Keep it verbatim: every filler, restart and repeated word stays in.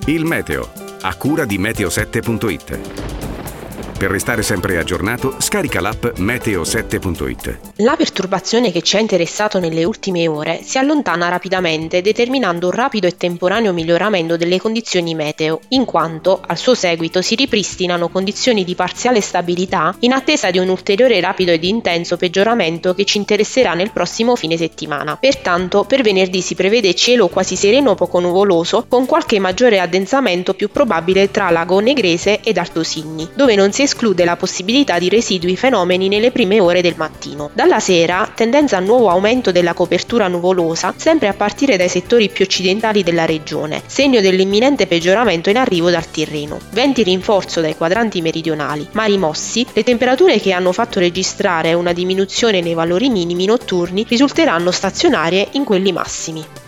Il meteo, a cura di meteo sette punto it. Per restare sempre aggiornato, scarica l'app meteo sette punto it. La perturbazione che ci ha interessato nelle ultime ore si allontana rapidamente, determinando un rapido e temporaneo miglioramento delle condizioni meteo, in quanto al suo seguito si ripristinano condizioni di parziale stabilità in attesa di un ulteriore rapido ed intenso peggioramento che ci interesserà nel prossimo fine settimana. Pertanto, per venerdì si prevede cielo quasi sereno poco nuvoloso, con qualche maggiore addensamento più probabile tra Lago Negrese ed Alto Sinni, dove non si esclude la possibilità di residui fenomeni nelle prime ore del mattino. Dalla sera, tendenza a nuovo aumento della copertura nuvolosa, sempre a partire dai settori più occidentali della regione, segno dell'imminente peggioramento in arrivo dal Tirreno. Venti rinforzo dai quadranti meridionali, mari mossi, le temperature che hanno fatto registrare una diminuzione nei valori minimi notturni risulteranno stazionarie in quelli massimi.